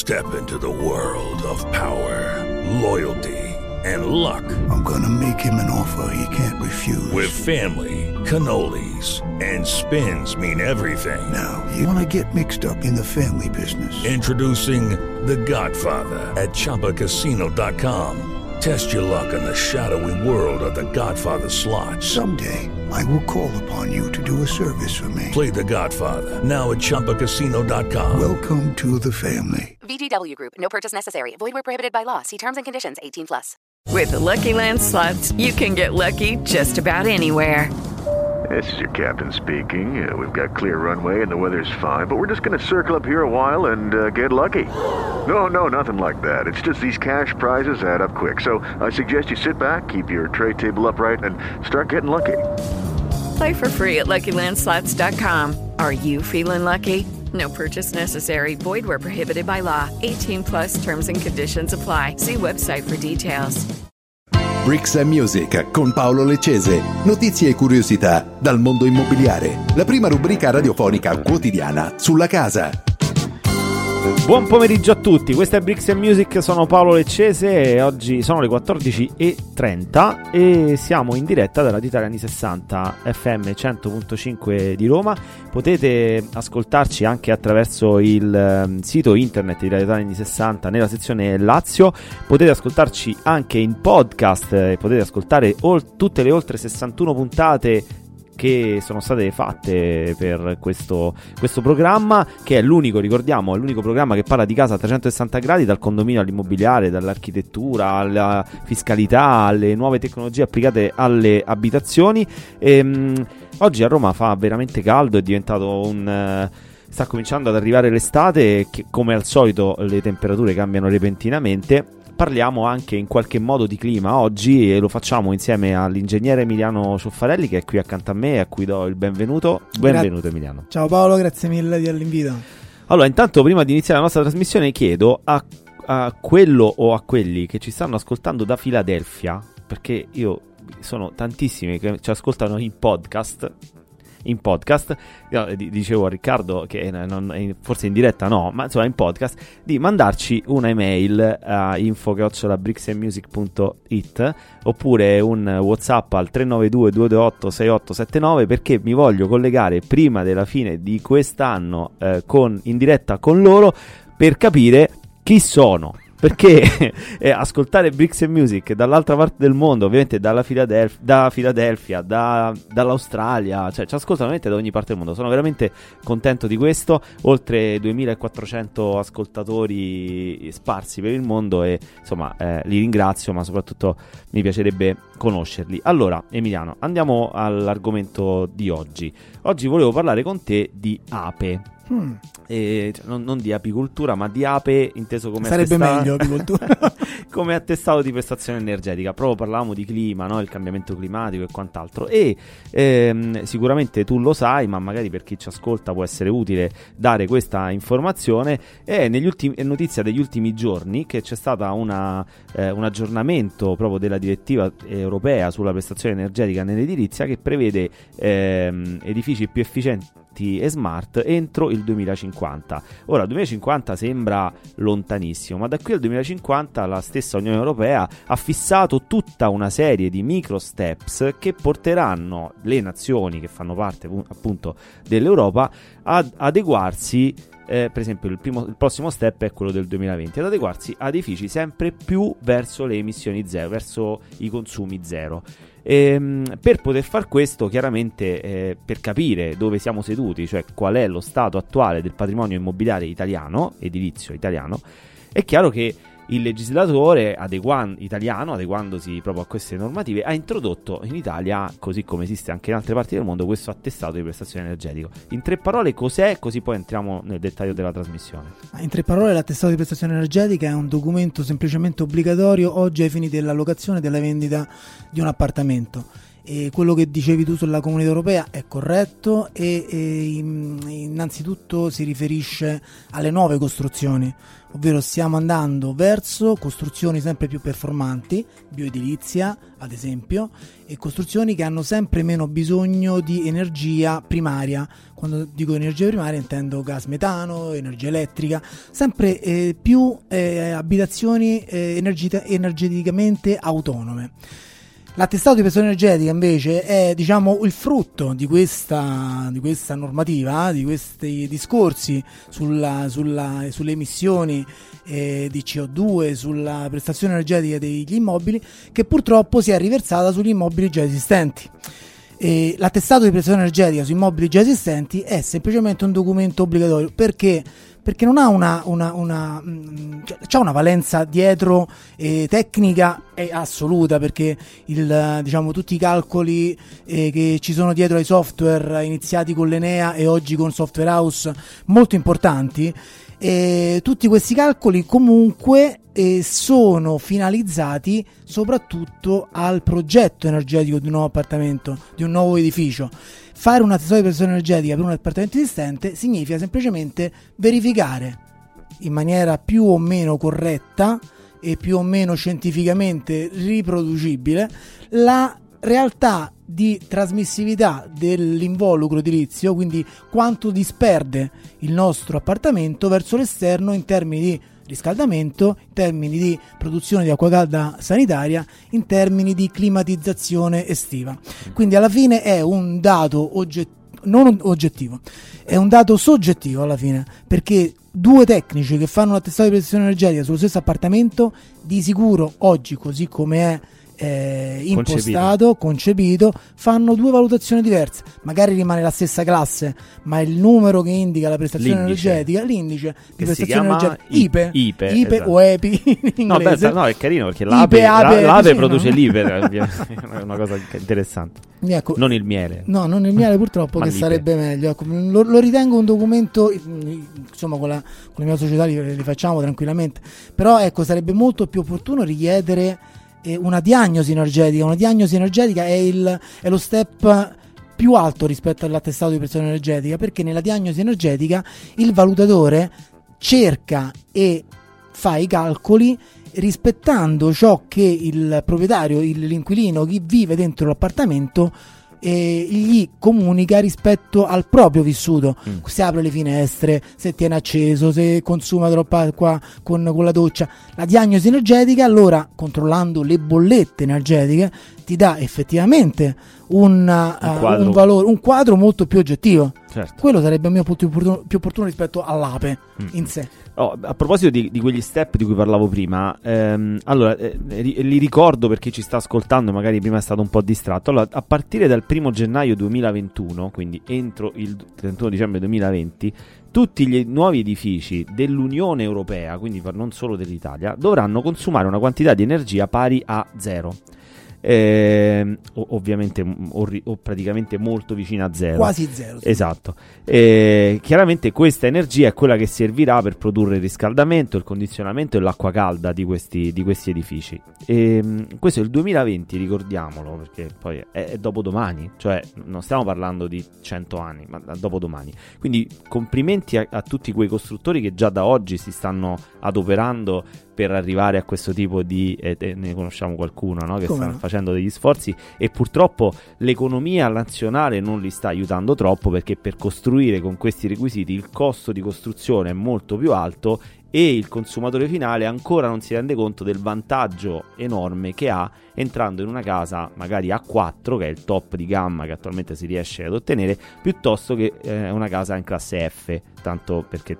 Step into the world of power, loyalty, and luck. I'm gonna make him an offer he can't refuse. With family, cannolis, and spins mean everything. Now, you wanna get mixed up in the family business. Introducing The Godfather at ChumbaCasino.com. Test your luck in the shadowy world of The Godfather slot. Someday, I will call upon you to do a service for me. Play The Godfather, now at ChumbaCasino.com. Welcome to the family. VGW Group. No purchase necessary. Void where prohibited by law. See terms and conditions. 18+. With the Lucky Land Slots, you can get lucky just about anywhere. This is your captain speaking. We've got clear runway and the weather's fine, but we're just going to circle up here a while and get lucky. No, nothing like that. It's just these cash prizes add up quick. So I suggest you sit back, keep your tray table upright, and start getting lucky. Play for free at LuckyLandSlots.com. Are you feeling lucky? No purchase necessary. Void where prohibited by law. 18+ terms and conditions apply. See website for details. Bricks and Music con Paolo Leccese. Notizie e curiosità dal mondo immobiliare. La prima rubrica radiofonica quotidiana sulla casa. Buon pomeriggio a tutti, questa è Bricks and Music, sono Paolo Leccese e oggi sono le 14:30 e siamo in diretta da Radio Italia Anni 60 FM 100.5 di Roma. Potete ascoltarci anche attraverso il sito internet di Radio Italia Anni 60 nella sezione Lazio, potete ascoltarci anche in podcast e potete ascoltare tutte le oltre 61 puntate che sono state fatte per questo programma, che è l'unico, ricordiamo, è l'unico programma che parla di casa a 360 gradi, dal condominio all'immobiliare, dall'architettura alla fiscalità, alle nuove tecnologie applicate alle abitazioni. Oggi a Roma fa veramente caldo, è diventato sta cominciando ad arrivare l'estate, che come al solito le temperature cambiano repentinamente. Parliamo anche in qualche modo di clima oggi e lo facciamo insieme all'ingegnere Emiliano Cioffarelli, che è qui accanto a me e a cui do il benvenuto. Benvenuto Emiliano. Ciao Paolo, grazie mille dell'invito. Allora, intanto prima di iniziare la nostra trasmissione chiedo a quello o a quelli che ci stanno ascoltando da Filadelfia, perché sono tantissimi che ci ascoltano in podcast, dicevo a Riccardo che forse in diretta no, ma insomma in podcast, di mandarci una email a info@bricksandmusic.it oppure un WhatsApp al 392 228 6879, perché mi voglio collegare prima della fine di quest'anno in diretta con loro per capire chi sono. Perché ascoltare Bricks and Music dall'altra parte del mondo, ovviamente da Filadelfia, dall'Australia, cioè ci ascoltano veramente da ogni parte del mondo. Sono veramente contento di questo. Oltre 2400 ascoltatori sparsi per il mondo e insomma li ringrazio, ma soprattutto mi piacerebbe conoscerli. Allora Emiliano, andiamo all'argomento di oggi. Oggi volevo parlare con te di ape. Non di apicoltura, ma di ape inteso come sarebbe meglio apicoltura come attestato di prestazione energetica. Proprio parlavamo di clima, no? Il cambiamento climatico e quant'altro, e sicuramente tu lo sai, ma magari per chi ci ascolta può essere utile dare questa informazione. È notizia degli ultimi giorni che c'è stata un aggiornamento proprio della direttiva europea sulla prestazione energetica nell'edilizia, che prevede edifici più efficienti e smart entro il 2050. Ora, il 2050 sembra lontanissimo, ma da qui al 2050 la stessa Unione Europea ha fissato tutta una serie di micro steps che porteranno le nazioni che fanno parte appunto dell'Europa ad adeguarsi. Per esempio il prossimo step è quello del 2020, ad adeguarsi ad edifici sempre più verso le emissioni zero, verso i consumi zero. Per poter far questo, chiaramente, per capire dove siamo seduti, cioè qual è lo stato attuale del patrimonio immobiliare italiano, edilizio italiano, è chiaro che il legislatore italiano, adeguandosi proprio a queste normative, ha introdotto in Italia, così come esiste anche in altre parti del mondo, questo attestato di prestazione energetica. In 3 parole cos'è? Così poi entriamo nel dettaglio della trasmissione. In 3 parole, l'attestato di prestazione energetica è un documento semplicemente obbligatorio oggi ai fini della locazione e della vendita di un appartamento. E quello che dicevi tu sulla Comunità Europea è corretto e innanzitutto si riferisce alle nuove costruzioni, ovvero stiamo andando verso costruzioni sempre più performanti, bioedilizia ad esempio, e costruzioni che hanno sempre meno bisogno di energia primaria. Quando dico energia primaria intendo gas metano, energia elettrica, sempre più abitazioni energeticamente autonome. L'attestato di prestazione energetica invece è, diciamo, il frutto di questa normativa, di questi discorsi sulle emissioni di CO2, sulla prestazione energetica degli immobili, che purtroppo si è riversata sugli immobili già esistenti. E l'attestato di prestazione energetica sui immobili già esistenti è semplicemente un documento obbligatorio. Perché non ha c'ha una valenza dietro tecnica è assoluta, perché tutti i calcoli che ci sono dietro ai software iniziati con l'Enea e oggi con Software House molto importanti, tutti questi calcoli comunque sono finalizzati soprattutto al progetto energetico di un nuovo appartamento, di un nuovo edificio. Fare un attestato di prestazione energetica per un appartamento esistente significa semplicemente verificare in maniera più o meno corretta e più o meno scientificamente riproducibile la realtà di trasmissività dell'involucro edilizio, quindi quanto disperde il nostro appartamento verso l'esterno in termini di riscaldamento, in termini di produzione di acqua calda sanitaria, in termini di climatizzazione estiva. Quindi alla fine è un dato non oggettivo, è un dato soggettivo alla fine, perché due tecnici che fanno un attestato di prestazione energetica sullo stesso appartamento, di sicuro oggi, così come è impostato, concepito, fanno due valutazioni diverse. Magari rimane la stessa classe, ma il numero che indica la prestazione energetica, l'indice di prestazione energetica, IPE esatto. O EPI in inglese. No, è carino perché l'APE produce l'IPE, è una cosa interessante. Ecco, non il miele. No, non il miele purtroppo, che sarebbe meglio. Ecco, lo ritengo un documento, insomma, con la mia società li facciamo tranquillamente, però ecco, sarebbe molto più opportuno richiedere una diagnosi energetica. Una diagnosi energetica è lo step più alto rispetto all'attestato di prestazione energetica, perché nella diagnosi energetica il valutatore cerca e fa i calcoli rispettando ciò che il proprietario, l'inquilino, chi vive dentro l'appartamento gli comunica rispetto al proprio vissuto. Se apre le finestre, se tiene acceso, se consuma troppa acqua con la doccia. La diagnosi energetica, allora, controllando le bollette energetiche, ti dà effettivamente un quadro molto più oggettivo. Certo. Quello sarebbe a mio punto più opportuno rispetto all'APE in sé. A proposito di quegli step di cui parlavo prima, li ricordo per chi ci sta ascoltando, magari prima è stato un po' distratto. Allora, a partire dal 1 gennaio 2021, quindi entro il 31 dicembre 2020, tutti gli nuovi edifici dell'Unione Europea, quindi non solo dell'Italia, dovranno consumare una quantità di energia pari a 0. Ovviamente o praticamente molto vicina a 0, quasi 0, sì. Esatto. Chiaramente questa energia è quella che servirà per produrre il riscaldamento, il condizionamento e l'acqua calda di questi edifici. Questo è il 2020, ricordiamolo, perché poi è dopodomani, cioè non stiamo parlando di 100 anni, ma dopodomani. Quindi complimenti a tutti quei costruttori che già da oggi si stanno adoperando per arrivare a questo tipo di ne conosciamo qualcuno, no? Che stanno facendo degli sforzi, e purtroppo l'economia nazionale non li sta aiutando troppo, perché per costruire con questi requisiti il costo di costruzione è molto più alto e il consumatore finale ancora non si rende conto del vantaggio enorme che ha entrando in una casa magari A4, che è il top di gamma che attualmente si riesce ad ottenere, piuttosto che una casa in classe F, tanto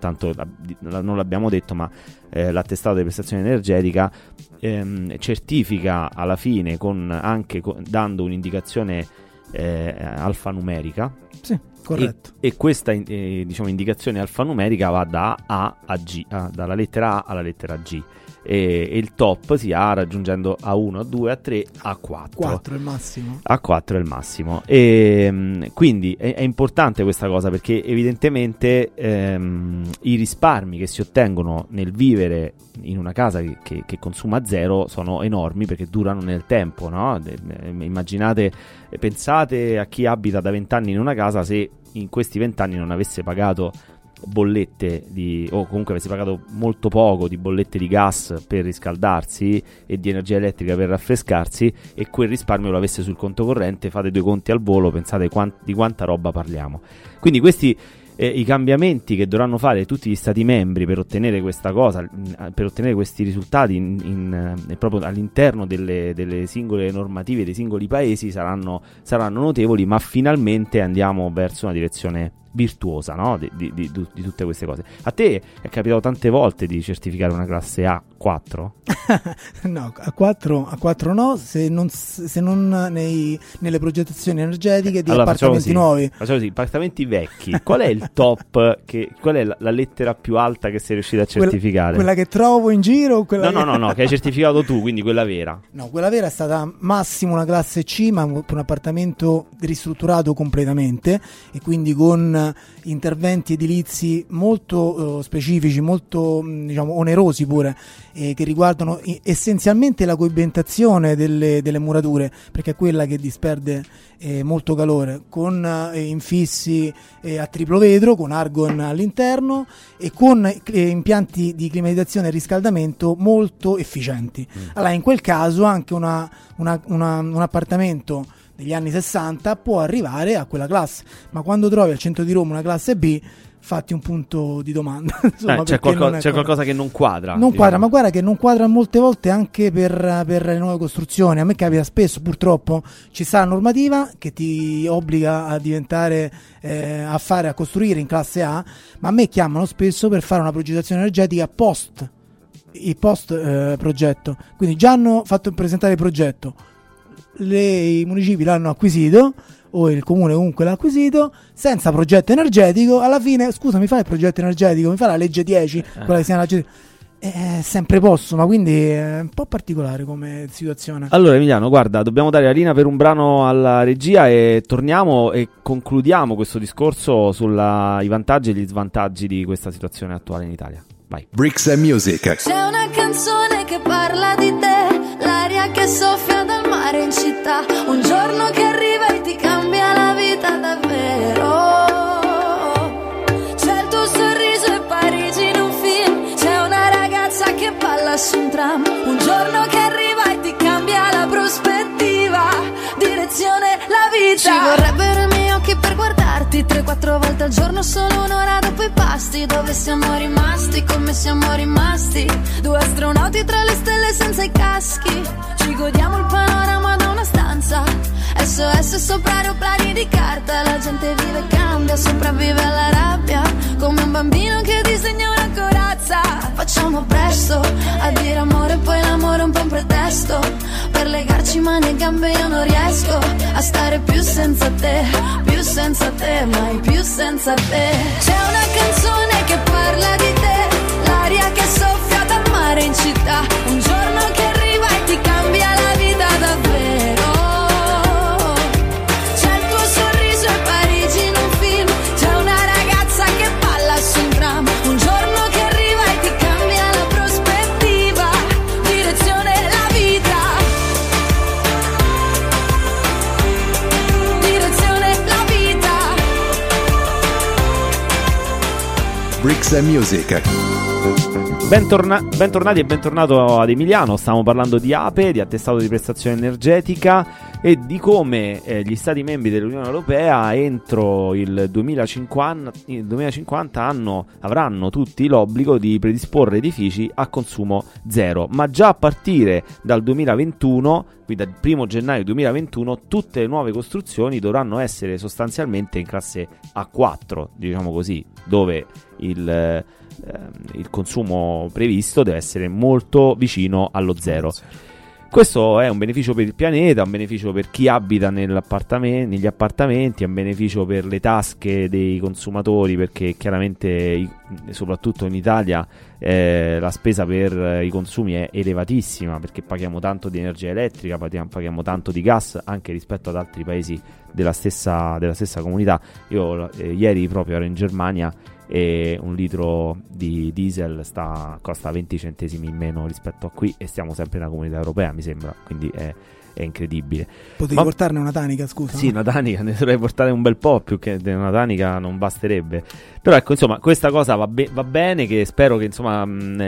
non l'abbiamo detto, ma l'attestato di prestazione energetica certifica alla fine dando un'indicazione alfanumerica, sì, Corretto. E questa diciamo indicazione alfanumerica va da A a G, dalla lettera A alla lettera G. E il top si ha raggiungendo A1, A2, A3, A4. 4 è il massimo. A4 è il massimo. E quindi è importante questa cosa, perché evidentemente i risparmi che si ottengono nel vivere in una casa che consuma zero sono enormi, perché durano nel tempo, no? Immaginate, pensate a chi abita da 20 anni in una casa, se in questi 20 anni non avesse pagato bollette o comunque avesse pagato molto poco di bollette di gas per riscaldarsi e di energia elettrica per raffrescarsi, e quel risparmio lo avesse sul conto corrente, fate due conti al volo, pensate di quanta roba parliamo. Quindi questi i cambiamenti che dovranno fare tutti gli stati membri per ottenere questa cosa, per ottenere questi risultati proprio all'interno delle singole normative dei singoli paesi saranno notevoli, ma finalmente andiamo verso una direzione virtuosa, no? di tutte queste cose. A te è capitato tante volte di certificare una classe A4? No, A4 no, se non nelle progettazioni energetiche di appartamenti nuovi. Facciamo così, appartamenti vecchi. Qual è il top, qual è la lettera più alta che sei riuscito a certificare? Quella che trovo in giro? O quella No, che hai certificato tu, quindi quella vera. No, quella vera è stata massimo una classe C, ma per un appartamento ristrutturato completamente, e quindi con interventi edilizi molto specifici, molto diciamo onerosi pure, che riguardano essenzialmente la coibentazione delle murature, perché è quella che disperde molto calore, con infissi a triplo vetro, con argon all'interno e con impianti di climatizzazione e riscaldamento molto efficienti. Allora in quel caso anche un appartamento degli anni 60 può arrivare a quella classe, ma quando trovi al centro di Roma una classe B, fatti un punto di domanda. Insomma, c'è qualcosa che non quadra. Non quadra, ma guarda che non quadra molte volte anche per le nuove costruzioni. A me capita spesso, purtroppo, ci sta la normativa che ti obbliga a diventare a costruire in classe A, ma a me chiamano spesso per fare una progettazione energetica post progetto. Quindi già hanno fatto presentare il progetto, i municipi l'hanno acquisito, o il comune comunque l'ha acquisito, senza progetto energetico. Alla fine, scusa, mi fai il progetto energetico, mi fa la legge 10, quella che si chiama sempre posso, ma quindi è un po' particolare come situazione. Allora Emiliano, guarda, dobbiamo dare la linea per un brano alla regia e torniamo e concludiamo questo discorso sui vantaggi e gli svantaggi di questa situazione attuale in Italia. Vai. Bricks and Music. C'è una canzone che parla di te, l'aria che soffia dal mare in città, un giorno che arriva e ti cambia la vita davvero. C'è il tuo sorriso e Parigi in un film, c'è una ragazza che balla su un tram, un giorno che arriva e ti cambia la prospettiva, direzione la vita. Ci vorrebbero i miei occhi per guardarti 3-4 volte al giorno, solo un'ora dopo i pasti. Dove siamo rimasti, come siamo rimasti, due astronauti tra le stelle senza i caschi. Ci godiamo il panorama da una stanza, SOS sopra aeroplani di carta. La gente vive e cambia, sopravvive alla rabbia, come un bambino che disegna una corazza. Facciamo presto a dire amore, poi l'amore è un po' un pretesto per legarci mani e gambe. Io non riesco a stare più senza te, mai più senza te. C'è una canzone che parla di te, l'aria che soffia dal mare in città, un giorno che arriva e ti cambia la vita davvero. C'è il tuo sorriso e Parigi in un film, c'è una ragazza che balla su un tram, un giorno che arriva e ti cambia la prospettiva, direzione la vita, direzione la vita. Bricks and Music. Bentornati e bentornato ad Emiliano. Stiamo parlando di APE, di attestato di prestazione energetica, e di come gli stati membri dell'Unione Europea entro il 2050 avranno tutti l'obbligo di predisporre edifici a consumo zero, ma già a partire dal 2021, quindi dal 1 gennaio 2021, tutte le nuove costruzioni dovranno essere sostanzialmente in classe A4, diciamo così, dove il consumo previsto deve essere molto vicino allo zero. Questo è un beneficio per il pianeta, un beneficio per chi abita negli appartamenti, è un beneficio per le tasche dei consumatori, perché chiaramente, soprattutto in Italia, la spesa per i consumi è elevatissima, perché paghiamo tanto di energia elettrica, paghiamo tanto di gas anche rispetto ad altri paesi della stessa comunità. Io ieri proprio ero in Germania e un litro di diesel costa 20 centesimi in meno rispetto a qui, e stiamo sempre nella comunità europea, mi sembra, quindi è incredibile. Potevi portarne una tanica, scusa? Sì, una tanica, ne dovrei portare un bel po', più che una tanica non basterebbe. Però ecco, insomma, questa cosa va bene, che spero che insomma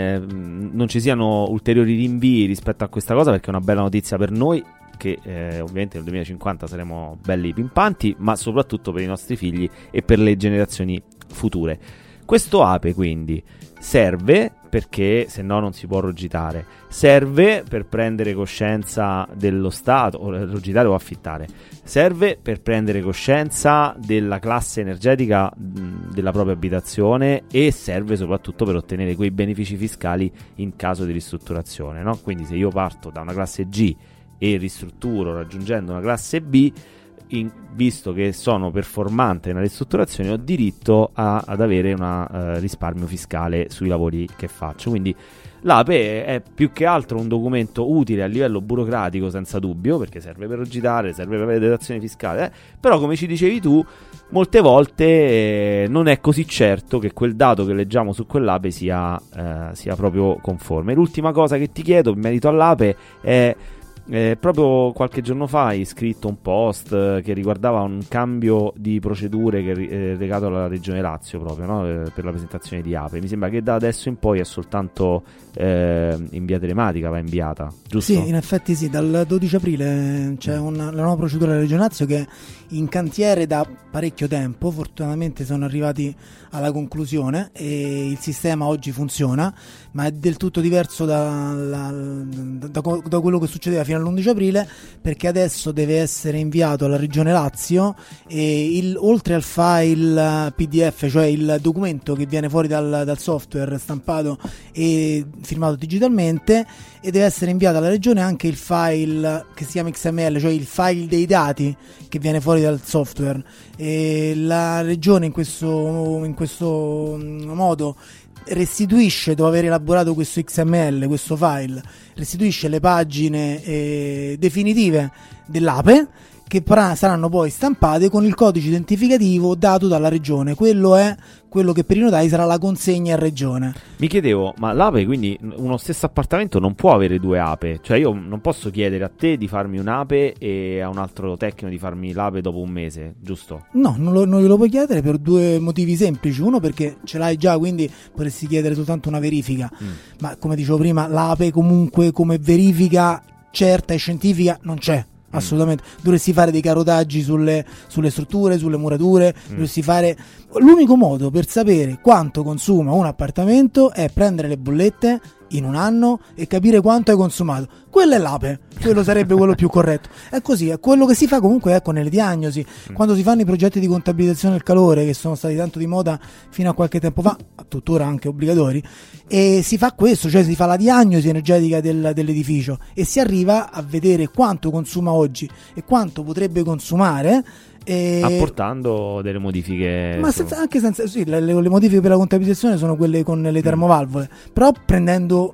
non ci siano ulteriori rinvii rispetto a questa cosa, perché è una bella notizia per noi, che ovviamente nel 2050 saremo belli pimpanti, ma soprattutto per i nostri figli e per le generazioni future. Questo APE quindi serve perché se no non si può rogitare, serve per prendere coscienza dello Stato, o rogitare o affittare, serve per prendere coscienza della classe energetica della propria abitazione, e serve soprattutto per ottenere quei benefici fiscali in caso di ristrutturazione, no? Quindi se io parto da una classe G e ristrutturo raggiungendo una classe B, visto che sono performante nella ristrutturazione, ho diritto ad avere un risparmio fiscale sui lavori che faccio. Quindi l'APE è più che altro un documento utile a livello burocratico, senza dubbio, perché serve per rogitare, serve per avere detrazione fiscale, però come ci dicevi tu, molte volte non è così certo che quel dato che leggiamo su quell'APE sia proprio conforme. L'ultima cosa che ti chiedo in merito all'APE è: proprio qualche giorno fa hai scritto un post che riguardava un cambio di procedure che è legato alla Regione Lazio, proprio, no? Per la presentazione di APE. Mi sembra che da adesso in poi è soltanto in via telematica, va inviata, giusto? Sì, in effetti sì, dal 12 aprile c'è la nuova procedura della Regione Lazio, che è in cantiere da parecchio tempo. Fortunatamente sono arrivati alla conclusione e il sistema oggi funziona, ma è del tutto diverso da quello che succedeva fino all'11 aprile, perché adesso deve essere inviato alla Regione Lazio e oltre al file PDF, cioè il documento che viene fuori dal software stampato e firmato digitalmente, e deve essere inviato alla Regione anche il file che si chiama XML, cioè il file dei dati che viene fuori dal software. E la Regione in questo modo restituisce, dopo aver elaborato questo XML, questo file, restituisce le pagine definitive dell'APE, che saranno poi stampate con il codice identificativo dato dalla Regione. Quello è quello che per i notai sarà la consegna in Regione. Mi chiedevo, ma l'APE, quindi uno stesso appartamento non può avere due APE? Cioè io non posso chiedere a te di farmi un'APE e a un altro tecnico di farmi l'APE dopo un mese, giusto? No, non glielo puoi chiedere per due motivi semplici. Uno, perché ce l'hai già, quindi potresti chiedere soltanto una verifica. Ma come dicevo prima, l'APE comunque come verifica certa e scientifica non c'è. Assolutamente, dovresti fare dei carotaggi sulle strutture, sulle murature, dovresti fare. L'unico modo per sapere quanto consuma un appartamento è prendere le bollette in un anno e capire quanto hai consumato. Quello è l'APE, quello sarebbe quello più corretto. È così, è quello che si fa comunque, ecco, nelle diagnosi, quando si fanno i progetti di contabilizzazione del calore, che sono stati tanto di moda fino a qualche tempo fa, tuttora anche obbligatori, e si fa questo, cioè si fa la diagnosi energetica dell'edificio e si arriva a vedere quanto consuma oggi e quanto potrebbe consumare, apportando delle modifiche, ma anche senza, sì, le modifiche per la contabilizzazione sono quelle con le termovalvole, però prendendo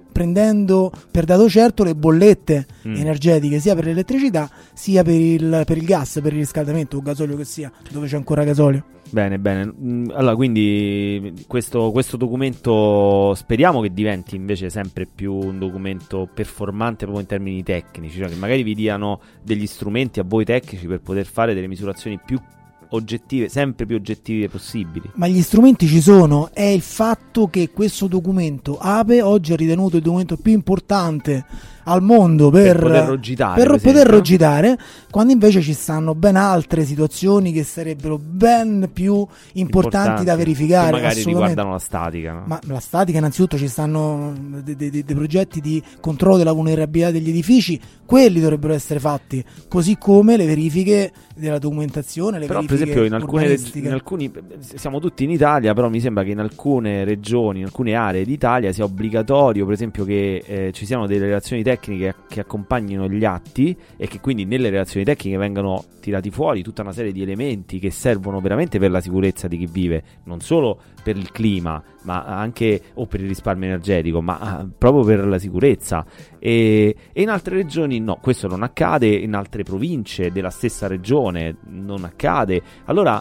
per dato certo le bollette energetiche sia per l'elettricità sia per il gas, per il riscaldamento o gasolio che sia, dove c'è ancora gasolio. Bene. Allora, quindi questo documento speriamo che diventi invece sempre più un documento performante proprio in termini tecnici, cioè che magari vi diano degli strumenti a voi tecnici per poter fare delle misurazioni più oggettive, sempre più oggettive possibili. Ma gli strumenti ci sono, è il fatto che questo documento APE oggi è ritenuto il documento più importante al mondo per poter rogitare, per poter rogitare, quando invece ci stanno ben altre situazioni che sarebbero ben più importanti da verificare, che magari riguardano la statica, no? Ma la statica, innanzitutto ci stanno dei progetti di controllo della vulnerabilità degli edifici, quelli dovrebbero essere fatti, così come le verifiche della documentazione, le però verifiche per esempio in alcuni siamo tutti in Italia, però mi sembra che in alcune regioni, in alcune aree d'Italia sia obbligatorio per esempio che ci siano delle relazioni tecniche tecniche che accompagnino gli atti e che quindi nelle relazioni tecniche vengano tirati fuori tutta una serie di elementi che servono veramente per la sicurezza di chi vive, non solo per il clima, ma anche o per il risparmio energetico, ma proprio per la sicurezza. E in altre regioni no, questo non accade, in altre province della stessa regione non accade. Allora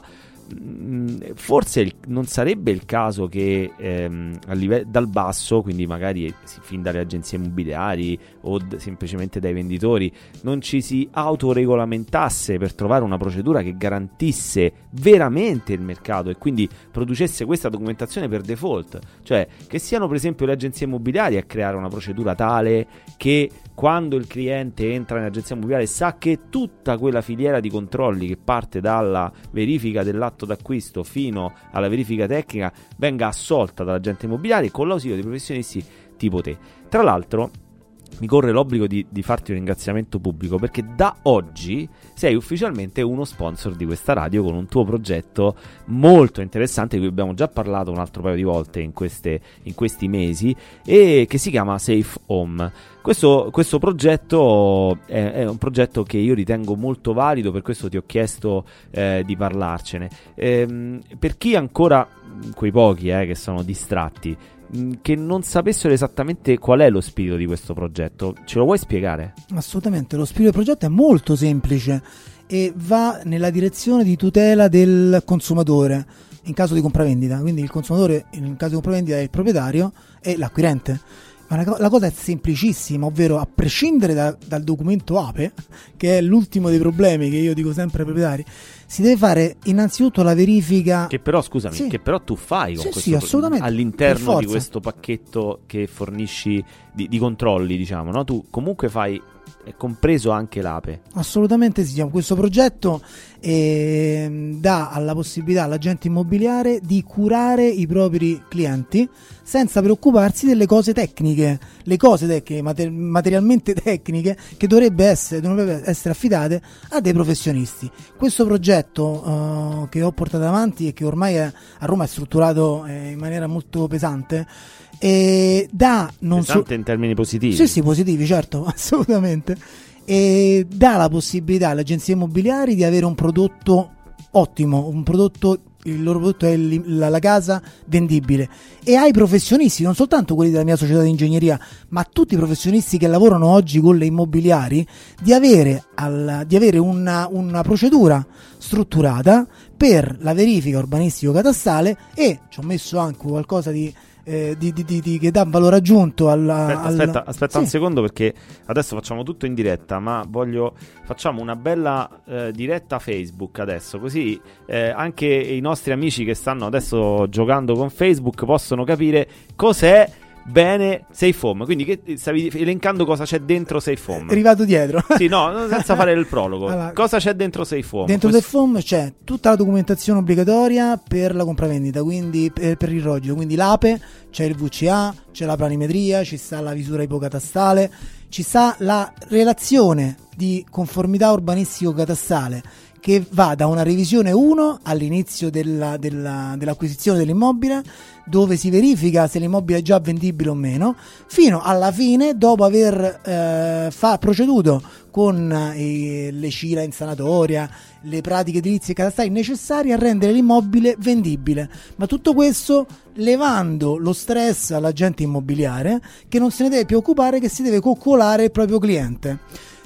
forse non sarebbe il caso che dal basso, quindi magari fin dalle agenzie immobiliari o semplicemente dai venditori, non ci si autoregolamentasse per trovare una procedura che garantisse veramente il mercato e quindi producesse questa documentazione per default, cioè che siano per esempio le agenzie immobiliari a creare una procedura tale che quando il cliente entra in agenzia immobiliare sa che tutta quella filiera di controlli che parte dalla verifica dell'atto d'acquisto fino alla verifica tecnica venga assolta dall'agente immobiliare con l'ausilio di professionisti tipo te. Tra l'altro mi corre l'obbligo di farti un ringraziamento pubblico, perché da oggi sei ufficialmente uno sponsor di questa radio con un tuo progetto molto interessante di cui abbiamo già parlato un altro paio di volte in questi mesi e che si chiama Safe Home. Questo progetto è un progetto che io ritengo molto valido, per questo ti ho chiesto di parlarcene. Per chi ancora, quei pochi che sono distratti, che non sapessero esattamente qual è lo spirito di questo progetto, ce lo vuoi spiegare? Assolutamente, lo spirito del progetto è molto semplice e va nella direzione di tutela del consumatore in caso di compravendita, quindi il consumatore in caso di compravendita è il proprietario e l'acquirente. Ma la cosa è semplicissima, ovvero a prescindere dal documento APE, che è l'ultimo dei problemi che io dico sempre ai proprietari, si deve fare innanzitutto la verifica. Che però, scusami, sì, che però tu fai con sì, questo, assolutamente, all'interno di questo pacchetto che fornisci di controlli, diciamo, no? Tu comunque fai, è compreso anche l'APE. Assolutamente sì, questo progetto dà alla possibilità all'agente immobiliare di curare i propri clienti senza preoccuparsi delle cose tecniche, materialmente tecniche che dovrebbero essere affidate a dei professionisti. Questo progetto che ho portato avanti e che ormai a Roma è strutturato in maniera molto pesante, pesante in termini positivi. Sì, positivi, certo, assolutamente. E dà la possibilità alle agenzie immobiliari di avere un prodotto ottimo, il loro prodotto è la casa vendibile, e ai professionisti, non soltanto quelli della mia società di ingegneria, ma tutti i professionisti che lavorano oggi con le immobiliari, di avere una procedura strutturata per la verifica urbanistico-catastale, e ci ho messo anche qualcosa che dà valore aggiunto aspetta sì. Un secondo, perché adesso facciamo tutto in diretta, ma facciamo una bella diretta Facebook adesso, così anche i nostri amici che stanno adesso giocando con Facebook possono capire cos'è bene Safe Home. Quindi che stavi elencando cosa c'è dentro Safe Home? È arrivato dietro. Sì, no, senza fare il prologo. Allora, cosa c'è dentro Safe Home? Dentro Safe Home c'è tutta la documentazione obbligatoria per la compravendita, quindi per il ROGIO, quindi l'APE, c'è il VCA, c'è la planimetria, ci sta la visura ipocatastale, ci sta la relazione di conformità urbanistico-catastale che va da una revisione 1 all'inizio dell'acquisizione dell'immobile, dove si verifica se l'immobile è già vendibile o meno, fino alla fine, dopo aver proceduto con le CILA in sanatoria, le pratiche edilizie e catastali necessarie a rendere l'immobile vendibile. Ma tutto questo levando lo stress all'agente immobiliare, che non se ne deve più occupare, che si deve coccolare il proprio cliente.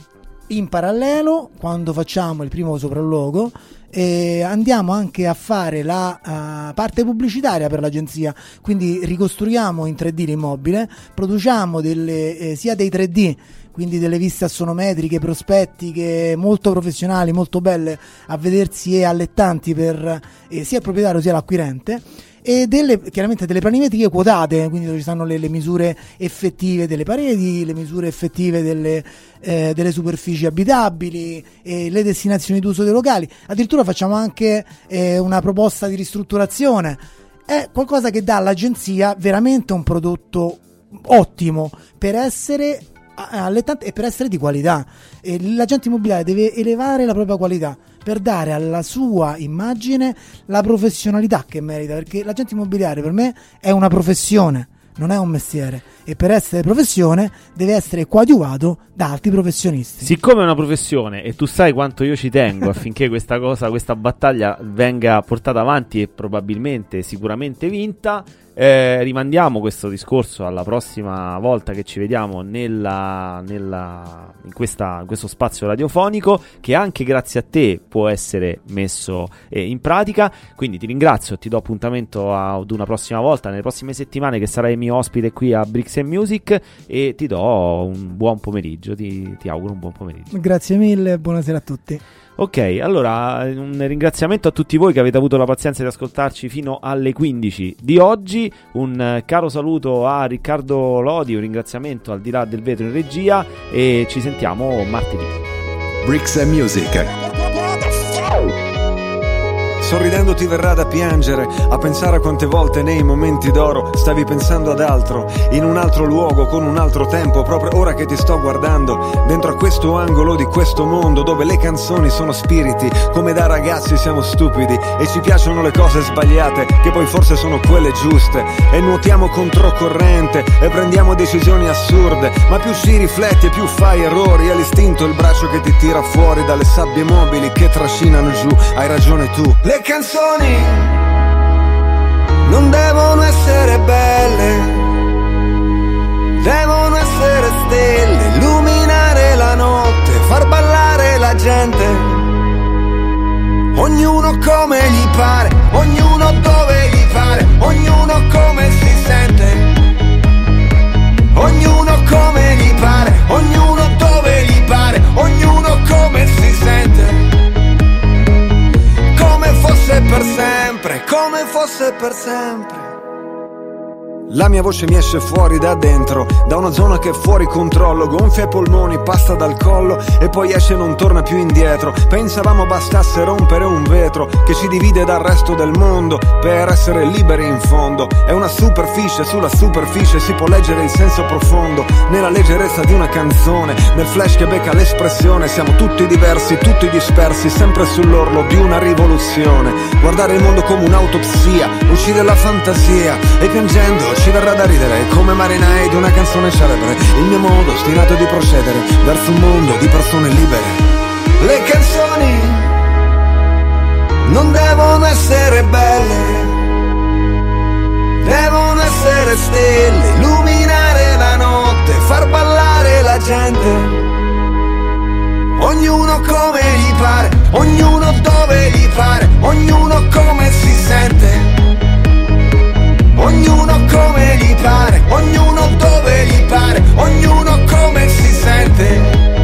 In parallelo, quando facciamo il primo sopralluogo, andiamo anche a fare la parte pubblicitaria per l'agenzia, quindi ricostruiamo in 3D l'immobile, produciamo sia dei 3D, quindi delle viste assonometriche, prospettiche molto professionali, molto belle a vedersi e allettanti per sia il proprietario sia l'acquirente, e chiaramente delle planimetrie quotate, quindi dove ci stanno le misure effettive delle pareti, le misure effettive delle superfici abitabili, le destinazioni d'uso dei locali. Addirittura facciamo anche una proposta di ristrutturazione. È qualcosa che dà all'agenzia veramente un prodotto ottimo per essere allettante e per essere di qualità. L'agente immobiliare deve elevare la propria qualità per dare alla sua immagine la professionalità che merita, perché l'agente immobiliare per me è una professione, non è un mestiere, e per essere professione deve essere coadiuvato da altri professionisti. Siccome è una professione e tu sai quanto io ci tengo affinché questa battaglia venga portata avanti e probabilmente, sicuramente vinta, rimandiamo questo discorso alla prossima volta che ci vediamo in questo spazio radiofonico, che anche grazie a te può essere messo in pratica. Quindi ti ringrazio, ti do appuntamento ad una prossima volta nelle prossime settimane, che sarai mio ospite qui a Bricks & Music, e ti do un buon pomeriggio, ti auguro un buon pomeriggio. Grazie mille, buonasera a tutti. Ok, allora un ringraziamento a tutti voi che avete avuto la pazienza di ascoltarci fino alle 15 di oggi. Un caro saluto a Riccardo Lodi, un ringraziamento al di là del vetro in regia, e ci sentiamo martedì. Bricks & Music. Sorridendo ti verrà da piangere, a pensare a quante volte nei momenti d'oro stavi pensando ad altro, in un altro luogo, con un altro tempo, proprio ora che ti sto guardando, dentro a questo angolo di questo mondo dove le canzoni sono spiriti, come da ragazzi siamo stupidi e ci piacciono le cose sbagliate, che poi forse sono quelle giuste, e nuotiamo controcorrente e prendiamo decisioni assurde, ma più ci rifletti e più fai errori, è l'istinto il braccio che ti tira fuori dalle sabbie mobili che trascinano giù, hai ragione tu. Le canzoni non devono essere belle, devono essere stelle, illuminare la notte, far ballare la gente, ognuno come gli pare, ognuno dove gli pare, ognuno come si sente, ognuno come gli pare, ognuno dove gli pare, ognuno come si sente, come fosse per sempre, come fosse per sempre. La mia voce mi esce fuori da dentro, da una zona che è fuori controllo, gonfia i polmoni, passa dal collo e poi esce e non torna più indietro. Pensavamo bastasse rompere un vetro che ci divide dal resto del mondo per essere liberi in fondo. È una superficie, sulla superficie si può leggere il senso profondo, nella leggerezza di una canzone, nel flash che becca l'espressione. Siamo tutti diversi, tutti dispersi, sempre sull'orlo di una rivoluzione. Guardare il mondo come un'autopsia, uccide la fantasia e piangendo ci verrà da ridere, come marinai di una canzone celebre. Il mio modo ostinato di procedere verso un mondo di persone libere. Le canzoni non devono essere belle, devono essere stelle, illuminare la notte, far ballare la gente, ognuno come gli pare, ognuno dove gli pare, ognuno come si sente, ognuno come gli pare, ognuno dove gli pare, ognuno come si sente,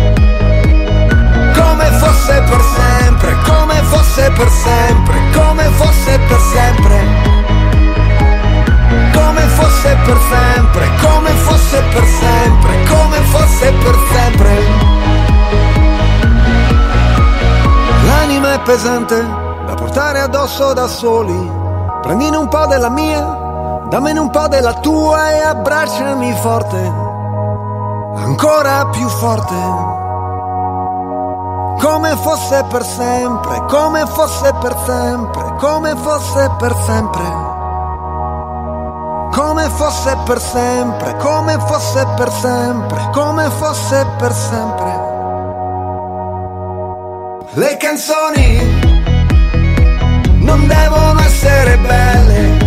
come fosse per sempre, come fosse per sempre, come fosse per sempre, come fosse per sempre, come fosse per sempre, come fosse per sempre. L'anima è pesante da portare addosso da soli, prendine un po' della mia, dammene un po' della tua e abbracciami forte, ancora più forte, come fosse per sempre, come fosse per sempre, come fosse per sempre, come fosse per sempre, come fosse per sempre, come fosse per sempre. Le canzoni non devono essere belle,